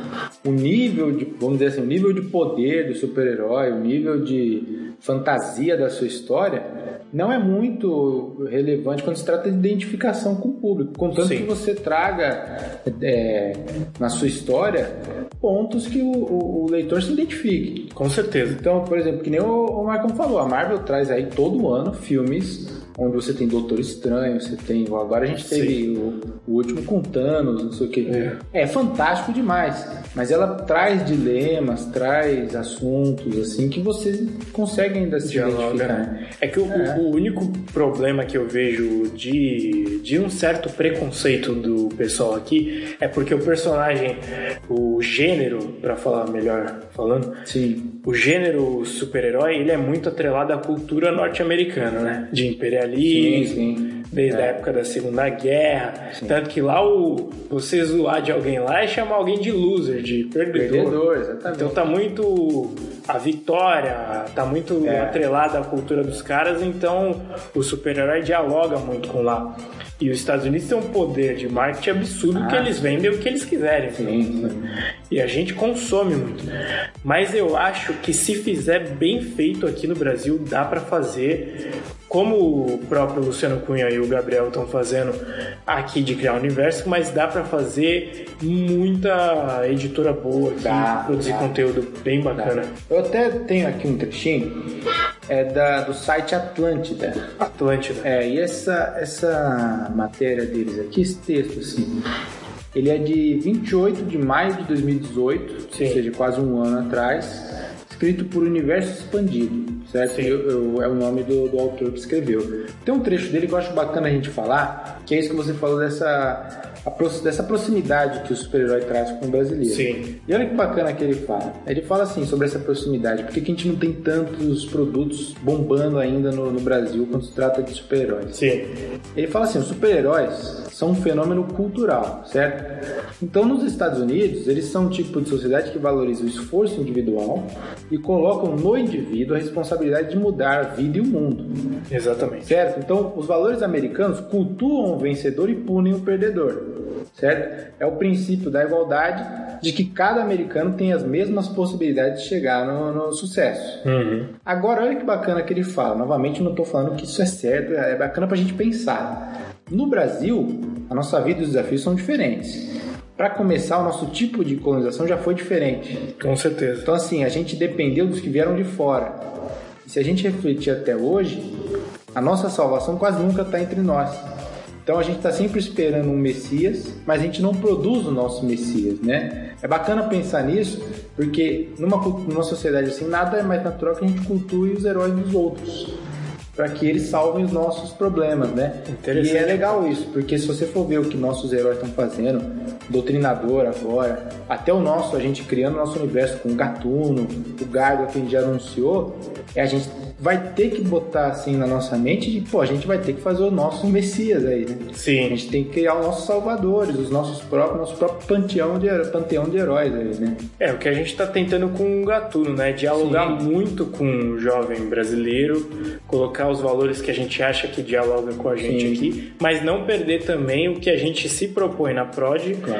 o nível de, vamos dizer assim, o nível de poder do super-herói, o nível de fantasia da sua história não é muito relevante quando se trata de identificação com o público, contanto que você traga na sua história pontos que o leitor se identifique. Com certeza. Então, por exemplo, que nem o Marcão falou, a Marvel traz aí todo ano filmes onde você tem Doutor Estranho, você tem... Agora a gente teve o último com Thanos, não sei o que. É fantástico demais, mas ela traz dilemas, traz assuntos, assim, que você consegue ainda se identificar. Né? É que o único problema que eu vejo de um certo preconceito do pessoal aqui é porque o personagem, o gênero, pra falar melhor falando, sim, o gênero super-herói, ele é muito atrelado à cultura norte-americana, né? De imperialismo, sim. Desde a época da Segunda Guerra. Sim. Tanto que lá você zoar de alguém lá é chamar alguém de loser, de perdedor. Exatamente. Então tá muito... A vitória tá muito atrelada à cultura dos caras, então o super-herói dialoga muito com lá. E os Estados Unidos têm um poder de marketing absurdo que eles vendem o que eles quiserem. Sim. E a gente consome muito. Mas eu acho que se fizer bem feito aqui no Brasil, dá pra fazer como o próprio Luciano Cunha e o Gabriel estão fazendo aqui de criar um universo, mas dá pra fazer muita editora boa aqui, produzir conteúdo bem bacana. Eu até tenho aqui um trechinho do site Atlântida. E essa matéria deles aqui, esse texto, assim, ele é de 28 de maio de 2018, ou seja, quase um ano atrás, escrito por Universo Expandido, certo? É o nome do autor que escreveu. Tem um trecho dele que eu acho bacana a gente falar, que é isso que você falou dessa proximidade que o super-herói traz com o brasileiro. Sim. E olha que bacana que ele fala. Ele fala assim sobre essa proximidade. Por que a gente não tem tantos produtos bombando ainda no Brasil quando se trata de super-heróis? Sim. Ele fala assim, os super-heróis são um fenômeno cultural, certo? Então, nos Estados Unidos, eles são um tipo de sociedade que valoriza o esforço individual e colocam no indivíduo a responsabilidade de mudar a vida e o mundo. Exatamente. Certo? Então, os valores americanos cultuam o vencedor e punem o perdedor. Certo? É o princípio da igualdade, de que cada americano tem as mesmas possibilidades de chegar no sucesso. Agora, olha que bacana que ele fala. Novamente, eu não estou falando que isso é certo, é bacana para a gente pensar. No Brasil, a nossa vida e os desafios são diferentes. Para começar, o nosso tipo de colonização já foi diferente. Com certeza. Então, assim, a gente dependeu dos que vieram de fora. E se a gente refletir até hoje, a nossa salvação quase nunca está entre nós. Então, a gente está sempre esperando um Messias, mas a gente não produz o nosso Messias, né? É bacana pensar nisso, porque numa sociedade assim, nada é mais natural que a gente cultue os heróis dos outros, para que eles salvem os nossos problemas, né? E é legal isso, porque se você for ver o que nossos heróis estão fazendo, Doutrinador agora, até o nosso, a gente criando nosso universo com o Gatuno, o Gargo que a gente já anunciou, a gente vai ter que botar assim na nossa mente de, a gente vai ter que fazer o nosso Messias aí, né? Sim. A gente tem que criar os nossos salvadores, nosso próprio panteão de heróis aí, né? É, o que a gente tá tentando com o Gatuno, né? Dialogar muito com o jovem brasileiro, colocar os valores que a gente acha que dialogam com a gente aqui, mas não perder também o que a gente se propõe na Prod,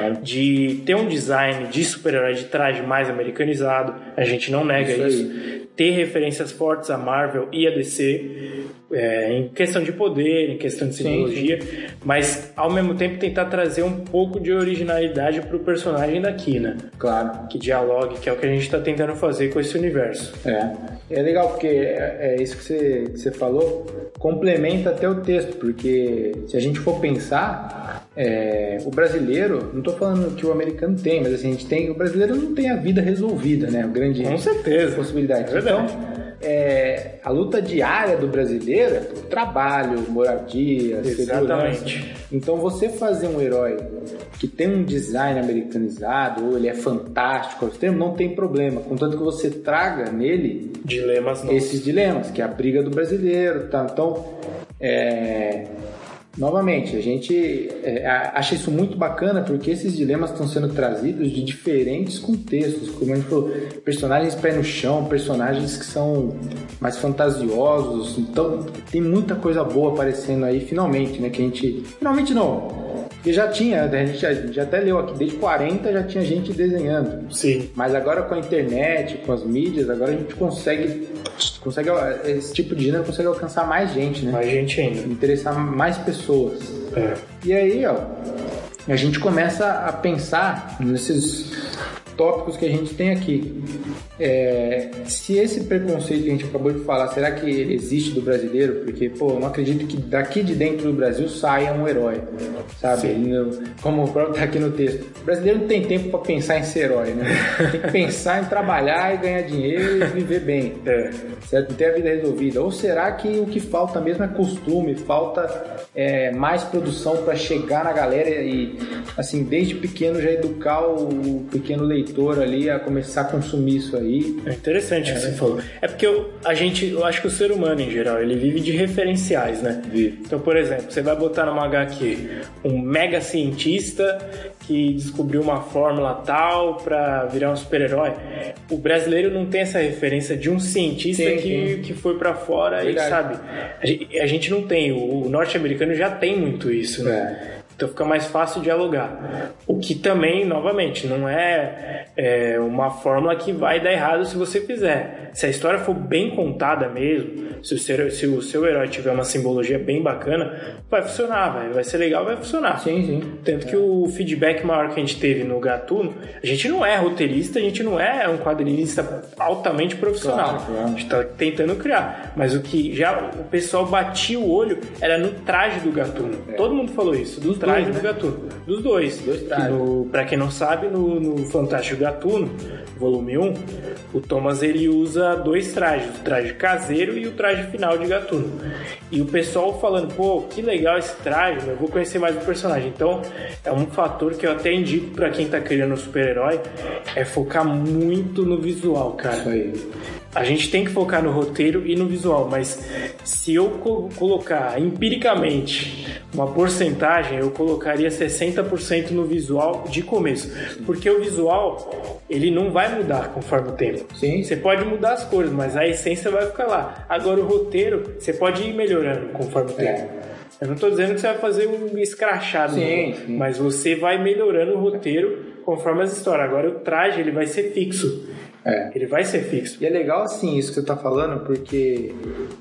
de ter um design de super-herói de traje mais americanizado, a gente não nega isso. Ter referências fortes a Marvel e a DC, em questão de poder, em questão de simbologia, mas ao mesmo tempo tentar trazer um pouco de originalidade pro personagem daqui, né? Claro. Que dialogue, que é o que a gente tá tentando fazer com esse universo. É legal porque é isso que você falou, complementa até o texto, porque se a gente for pensar, o brasileiro, não tô falando que o americano tem, mas assim, o brasileiro não tem a vida resolvida, né? Grande com certeza. Possibilidade. Então, a luta diária do brasileiro é por trabalho, moradia, segurança. Então, você fazer um herói que tem um design americanizado, ou ele é fantástico ao extremo, não tem problema, contanto que você traga nele esses dilemas, que é a briga do brasileiro, tá? Então, novamente, a gente acha isso muito bacana porque esses dilemas estão sendo trazidos de diferentes contextos, como a gente falou, personagens pé no chão, personagens que são mais fantasiosos, então tem muita coisa boa aparecendo aí finalmente, né? Que a gente... Finalmente não! Porque já tinha, a gente já até leu aqui, desde 40 já tinha gente desenhando. Sim. Mas agora com a internet, com as mídias, agora a gente consegue esse tipo de gênero consegue alcançar mais gente, né? Mais gente ainda. Interessar mais pessoas. É. E aí, a gente começa a pensar nesses tópicos que a gente tem aqui. Se esse preconceito que a gente acabou de falar, será que ele existe do brasileiro? Porque, eu não acredito que daqui de dentro do Brasil saia um herói, sabe? Como o próprio tá aqui no texto. O brasileiro não tem tempo para pensar em ser herói, né? Tem que pensar em trabalhar e ganhar dinheiro e viver bem, certo? Ter a vida resolvida. Ou será que o que falta mesmo é costume, falta mais produção para chegar na galera e, assim, desde pequeno já educar o pequeno leitor ali a começar a consumir isso aí. É interessante o que você falou. É porque eu acho que o ser humano, em geral, ele vive de referenciais, né? Vive. Então, por exemplo, você vai botar numa HQ um mega cientista que descobriu uma fórmula tal pra virar um super-herói. O brasileiro não tem essa referência de um cientista que foi pra fora. Verdade. E, sabe? A gente não tem. O norte-americano já tem muito isso, né? Então fica mais fácil dialogar. O que também, novamente, não é uma fórmula que vai dar errado se você fizer. Se a história for bem contada mesmo, se o seu herói tiver uma simbologia bem bacana, vai funcionar, vai ser legal, vai funcionar. Sim. Tanto que o feedback maior que a gente teve no Gatuno, a gente não é roteirista, a gente não é um quadrinista altamente profissional. Claro. A gente tá tentando criar. Mas o que já o pessoal batia o olho era no traje do Gatuno. Todo mundo falou isso, do traje do Gatuno. Dos dois. Pra quem não sabe, no Fantástico Gatuno, volume 1, o Thomas ele usa 2 trajes, o traje caseiro e o traje final de Gatuno. E o pessoal falando, que legal esse traje, eu vou conhecer mais o personagem. Então, é um fator que eu até indico pra quem tá criando um super-herói, é focar muito no visual, cara. Isso aí. A gente tem que focar no roteiro e no visual, mas se eu colocar empiricamente uma porcentagem, eu colocaria 60% no visual de começo. Porque o visual, ele não vai mudar conforme o tempo. Sim. Você pode mudar as cores, mas a essência vai ficar lá. Agora o roteiro, você pode ir melhorando conforme o tempo. Eu não estou dizendo que você vai fazer um escrachado, mas você vai melhorando o roteiro conforme as histórias. Agora o traje, ele vai ser fixo. Ele vai ser fixo. E é legal, assim, isso que você tá falando, porque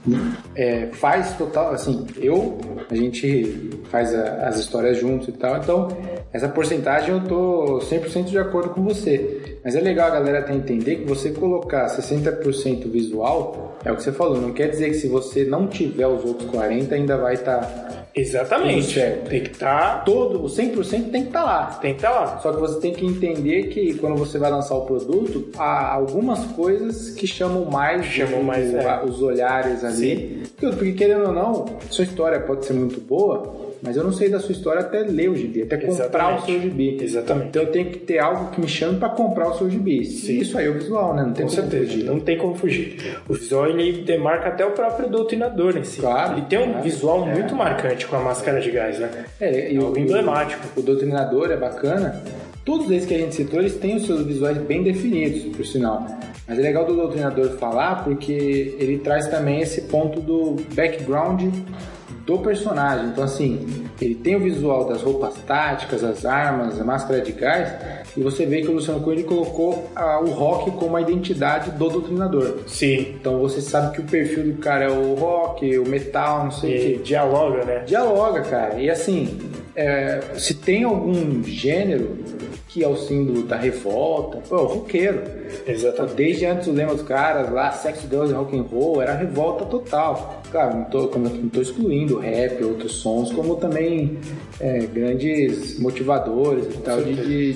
faz total, assim, a gente faz as histórias juntos e tal, então essa porcentagem eu tô 100% de acordo com você. Mas é legal a galera até entender que você colocar 60% visual, é o que você falou, não quer dizer que se você não tiver os outros 40% ainda vai estar... Exatamente. Tem que estar o 100% tem que estar lá. Tem que estar lá. Só que você tem que entender que quando você vai lançar o produto, há algumas coisas que chamam mais os olhares ali. Porque querendo ou não, sua história pode ser muito boa, mas eu não sei da sua história até ler o gibi, até comprar o seu gibi. Exatamente. Então eu tenho que ter algo que me chame para comprar o seu gibi. Sim. Isso aí é o visual, né? Não tem com certeza. Fugir. Não tem como fugir. O visual, ele demarca até o próprio doutrinador em si. Claro. Ele tem um visual muito marcante com a máscara de gás, né? E o emblemático. O doutrinador é bacana. Todos esses que a gente citou, eles têm os seus visuais bem definidos, por sinal. Mas é legal do doutrinador falar porque ele traz também esse ponto do background do personagem. Então, assim, ele tem o visual das roupas táticas, as armas, a máscara de gás, e você vê que o Luciano Coelho colocou o Rock como a identidade do doutrinador. Sim. Então você sabe que o perfil do cara é o rock, o metal, não sei o que. Dialoga, né? Dialoga, cara. E assim, se tem algum gênero que é o símbolo da revolta, o roqueiro. Exatamente. Desde antes o lema dos caras lá, sexo, Deus e rock and roll, era revolta total. Claro, não tô excluindo o rap, outros sons, como também grandes motivadores e tal,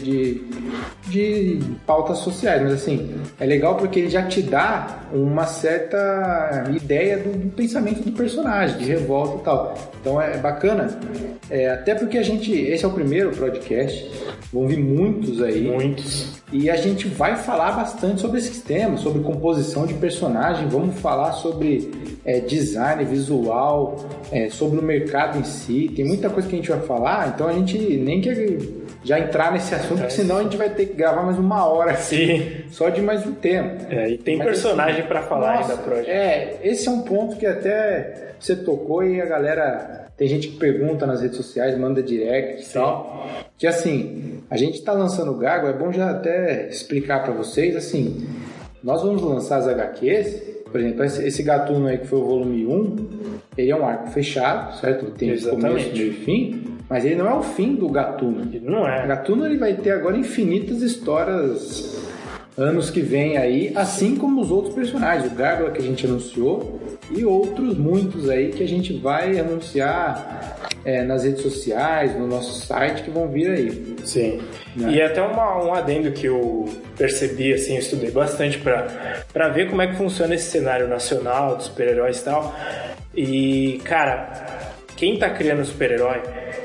de pautas sociais. Mas assim, é legal porque ele já te dá uma certa ideia do pensamento do personagem, de revolta e tal. Então é bacana, até porque esse é o primeiro podcast, vão vir muitos aí. Muitos. E a gente vai falar bastante sobre esses temas, sobre composição de personagem, vamos falar sobre design visual, sobre o mercado em si, tem muita coisa que a gente vai falar, então a gente nem quer já entrar nesse assunto, porque senão a gente vai ter que gravar mais 1 hora assim, só de mais um tema. E tem personagem pra falar ainda, Prod. Esse é um ponto que até você tocou e a galera... Tem gente que pergunta nas redes sociais, manda direct e tal. Que assim, a gente tá lançando o Gago, é bom já até explicar pra vocês, assim, nós vamos lançar as HQs, por exemplo, esse Gatuno aí que foi o volume 1, ele é um arco fechado, certo? Ele tem começo, meio e fim, mas ele não é o fim do Gatuno. Ele não é. O Gatuno ele vai ter agora infinitas histórias anos que vem aí, assim como os outros personagens, o Gárgula que a gente anunciou e outros muitos aí que a gente vai anunciar nas redes sociais, no nosso site, que vão vir aí. Sim. Né? E até um adendo que eu percebi, assim, eu estudei bastante pra ver como é que funciona esse cenário nacional dos super-heróis e tal. E, cara, quem tá criando super-herói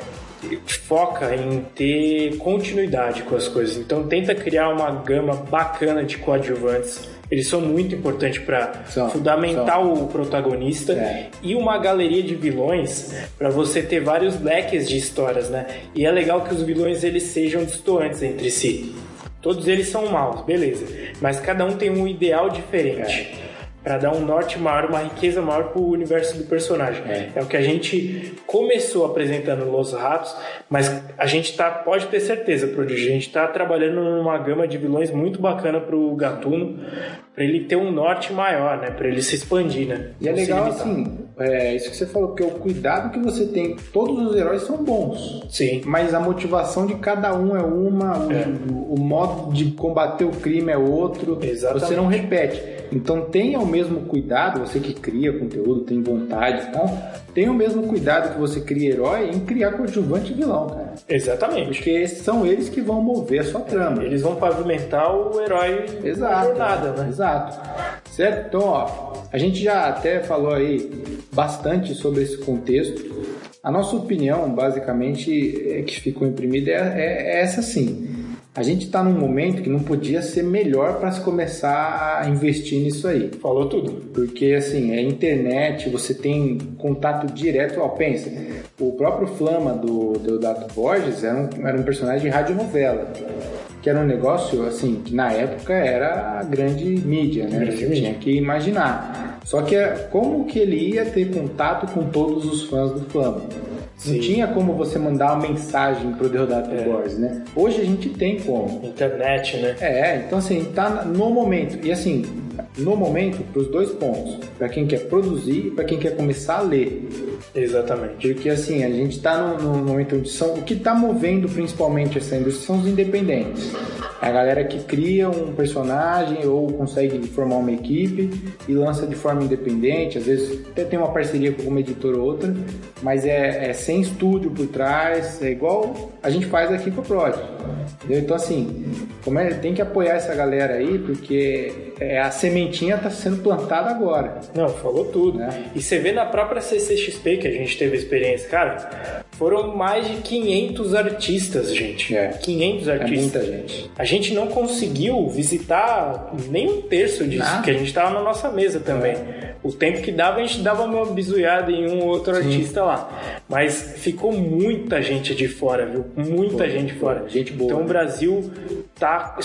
foca em ter continuidade com as coisas, então tenta criar uma gama bacana de coadjuvantes. Eles são muito importantes para fundamentar o protagonista e uma galeria de vilões para você ter vários leques de histórias, né? E é legal que os vilões eles sejam distantes entre si. Todos eles são maus, beleza, mas cada um tem um ideal diferente. Para dar um norte maior, uma riqueza maior pro universo do personagem. É o que a gente começou apresentando Los Ratos, mas a gente pode ter certeza, Prodígio, a gente tá trabalhando numa gama de vilões muito bacana pro Gatuno, para ele ter um norte maior, né? Para ele se expandir, né? E é legal, assim, isso que você falou, porque o cuidado que você tem, todos os heróis são bons. Sim. Mas a motivação de cada um é uma, o modo de combater o crime é outro. Exatamente. Você não repete. Então tenha o mesmo cuidado, você que cria conteúdo, tem vontade e tal, tenha o mesmo cuidado que você cria herói em criar coadjuvante e vilão, cara. Exatamente. Porque são eles que vão mover a sua trama. Eles vão pavimentar o herói na jornada, né? Exato. Certo? Então, ó, a gente já até falou aí bastante sobre esse contexto. A nossa opinião, basicamente, que ficou imprimida é essa sim. A gente está num momento que não podia ser melhor para se começar a investir nisso aí. Falou tudo. Porque, assim, é internet, você tem contato direto. Ó, pensa, o próprio Flama do Deodato Borges era um personagem de radionovela, que era um negócio, assim, que na época era a grande mídia, né? Você tinha que imaginar. Só que como que ele ia ter contato com todos os fãs do Flama? Sim. Não tinha como você mandar uma mensagem pro Deodato Borges, né? Hoje a gente tem como. Internet, né? Então assim, tá no momento. E assim, no momento, pros dois pontos. Pra quem quer produzir e pra quem quer começar a ler. Exatamente. Porque assim, a gente tá no momento onde o que tá movendo principalmente essa indústria são os independentes. É a galera que cria um personagem ou consegue formar uma equipe e lança de forma independente. Às vezes até tem uma parceria com alguma editora ou outra, mas é sem estúdio por trás, é igual a gente faz aqui com o Prod. Entendeu? Então assim, tem que apoiar essa galera aí, porque a sementinha tá sendo plantada agora. Não, falou tudo. Né? E você vê na própria CCXP que a gente teve experiência, cara, foram mais de 500 artistas, gente. 500 artistas. É muita gente. A gente não conseguiu visitar nem um terço disso, porque a gente tava na nossa mesa também. O tempo que dava, a gente dava uma bizuiada em um ou outro artista lá. Mas ficou muita gente de fora, viu? Muita gente fora. Gente boa. Então o Brasil tá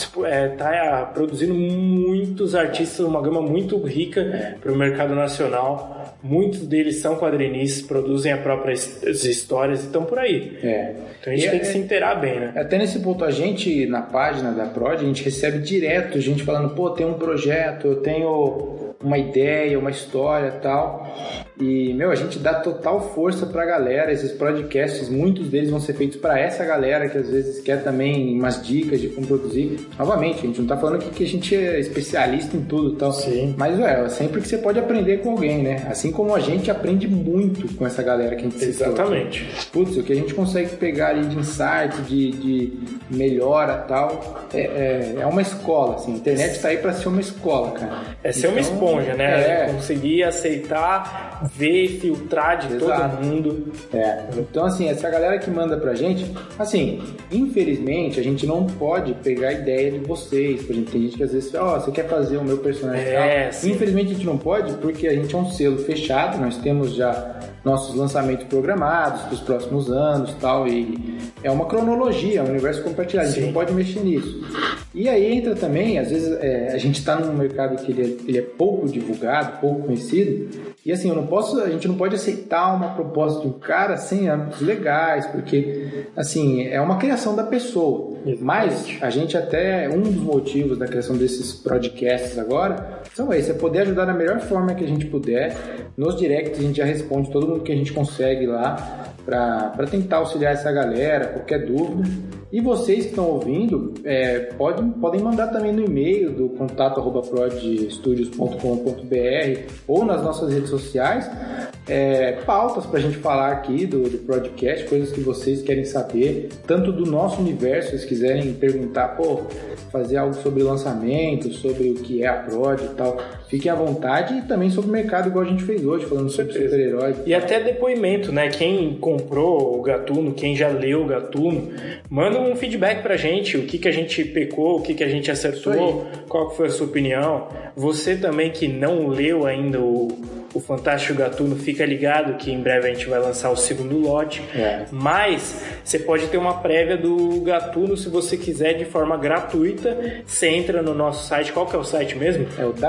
produzindo muitos artistas, uma gama muito rica para o mercado nacional. Muitos deles são quadrinistas, produzem as próprias histórias e estão por aí. Então a gente tem que se inteirar bem, né? Até nesse ponto, a gente, na página da Prod, a gente recebe direto gente falando, pô, tem um projeto, eu tenho uma ideia, uma história e tal. E, a gente dá total força pra galera. Esses podcasts, muitos deles vão ser feitos pra essa galera que às vezes quer também umas dicas de como produzir. Novamente, a gente não tá falando aqui que a gente é especialista em tudo e tal. Sim. Mas, sempre que você pode aprender com alguém, né? Assim como a gente aprende muito com essa galera que a gente citou. Exatamente. Putz, o que a gente consegue pegar ali de insight, de melhora e tal, é uma escola, assim. A internet tá aí pra ser uma escola, cara. É ser uma esponja, né? Conseguir aceitar ver, filtrar de Exato. todo mundo. Então, assim, essa galera que manda pra gente, assim, infelizmente, a gente não pode pegar a ideia de vocês. Por exemplo, tem gente que às vezes fala, você quer fazer o meu personagem tal? Sim. Infelizmente, a gente não pode porque a gente é um selo fechado, nós temos já nossos lançamentos programados para os próximos anos tal, e é uma cronologia, é um universo compartilhado, a gente não pode mexer nisso. E aí entra também, às vezes, a gente está num mercado que ele é pouco divulgado, pouco conhecido, e assim, a gente não pode aceitar uma proposta de um cara sem âmbitos legais, porque, assim, é uma criação da pessoa. Mas a gente até, um dos motivos da criação desses podcasts agora, são esses, é poder ajudar da melhor forma que a gente puder. Nos directs a gente já responde todo mundo que a gente consegue lá, para tentar auxiliar essa galera, qualquer dúvida. E vocês que estão ouvindo, podem mandar também no e-mail do contato@prodstudios.com.br ou nas nossas redes sociais, pautas para a gente falar aqui do podcast, coisas que vocês querem saber, tanto do nosso universo, se vocês quiserem perguntar, fazer algo sobre lançamento, sobre o que é a Prod e tal, fiquem à vontade, e também sobre o mercado, igual a gente fez hoje, falando sobre super-heróis. E até depoimento, né? Quem comprou o Gatuno, quem já leu o Gatuno, manda um feedback pra gente, o que a gente pecou, o que a gente acertou, qual foi a sua opinião. Você também que não leu ainda o Fantástico Gatuno, fica ligado que em breve a gente vai lançar o segundo lote, mas você pode ter uma prévia do Gatuno se você quiser de forma gratuita. Você entra no nosso site, qual que é o site mesmo? É o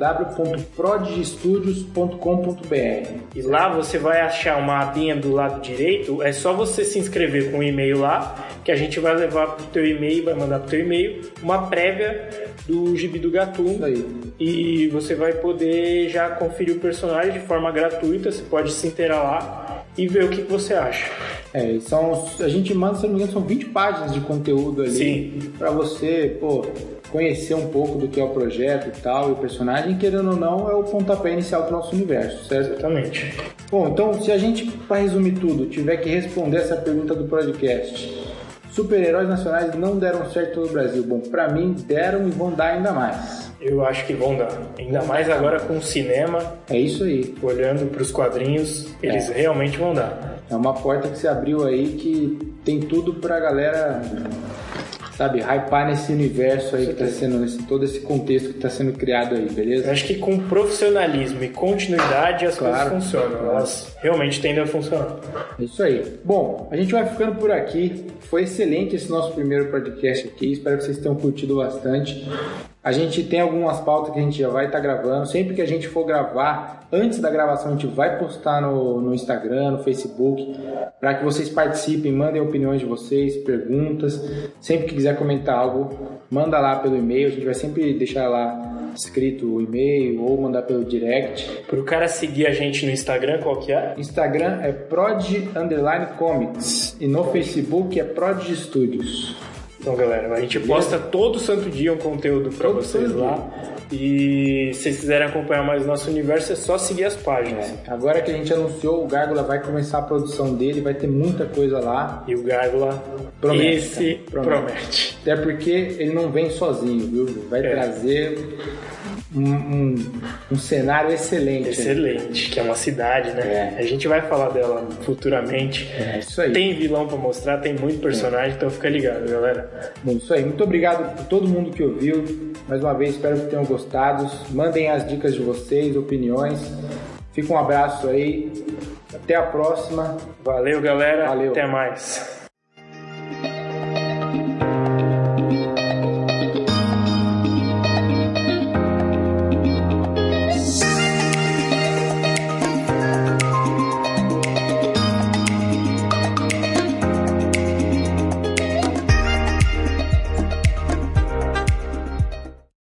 www.prodstudios.com.br, e lá você vai achar uma abinha do lado direito, é só você se inscrever com um e-mail lá, que a gente vai levar pro teu e-mail, vai mandar pro teu e-mail uma prévia do Gibi do Gatuno. Isso aí. E você vai poder já conferir o personagem de forma gratuita, você pode se inteirar lá e ver o que você acha. A gente manda, se não me engano, são 20 páginas de conteúdo ali para você, conhecer um pouco do que é o projeto e tal, e o personagem, querendo ou não, é o pontapé inicial do nosso universo, certo? Exatamente. Bom, então, se a gente, para resumir tudo, tiver que responder essa pergunta do podcast, super-heróis nacionais não deram certo no Brasil. Bom, para mim, deram e vão dar ainda mais. Eu acho que vão dar. Ainda mais agora com o cinema. É isso aí. Olhando para os quadrinhos, eles realmente vão dar. É uma porta que se abriu aí que tem tudo pra galera, sabe, hypar nesse universo aí que tá sendo, todo esse contexto que tá sendo criado aí, beleza? Eu acho que com profissionalismo e continuidade as coisas funcionam. Elas realmente tendem a funcionar. É isso aí. Bom, a gente vai ficando por aqui. Foi excelente esse nosso primeiro podcast aqui. Espero que vocês tenham curtido bastante. A gente tem algumas pautas que a gente já vai estar gravando. Sempre que a gente for gravar, antes da gravação, a gente vai postar no Instagram, no Facebook, para que vocês participem, mandem opiniões de vocês, perguntas. Sempre que quiser comentar algo, manda lá pelo e-mail. A gente vai sempre deixar lá escrito o e-mail ou mandar pelo direct. Pro cara seguir a gente no Instagram, qual que é? Instagram é prod_comics e no Facebook é Prod Studios. Então, galera, a gente posta todo santo dia um conteúdo pra vocês lá. E se vocês quiserem acompanhar mais o nosso universo, é só seguir as páginas. Agora que a gente anunciou, o Gárgula vai começar a produção dele, vai ter muita coisa lá. E o Gárgula promete. Até porque ele não vem sozinho, viu? Vai trazer um cenário excelente. Excelente, que é uma cidade, né? A gente vai falar dela futuramente. Isso aí. Tem vilão pra mostrar, tem muito personagem, então fica ligado, galera. Bom, isso aí. Muito obrigado por todo mundo que ouviu. Mais uma vez, espero que tenham gostado. Mandem as dicas de vocês, opiniões. Fica um abraço aí. Até a próxima. Valeu, galera. Valeu. Até mais.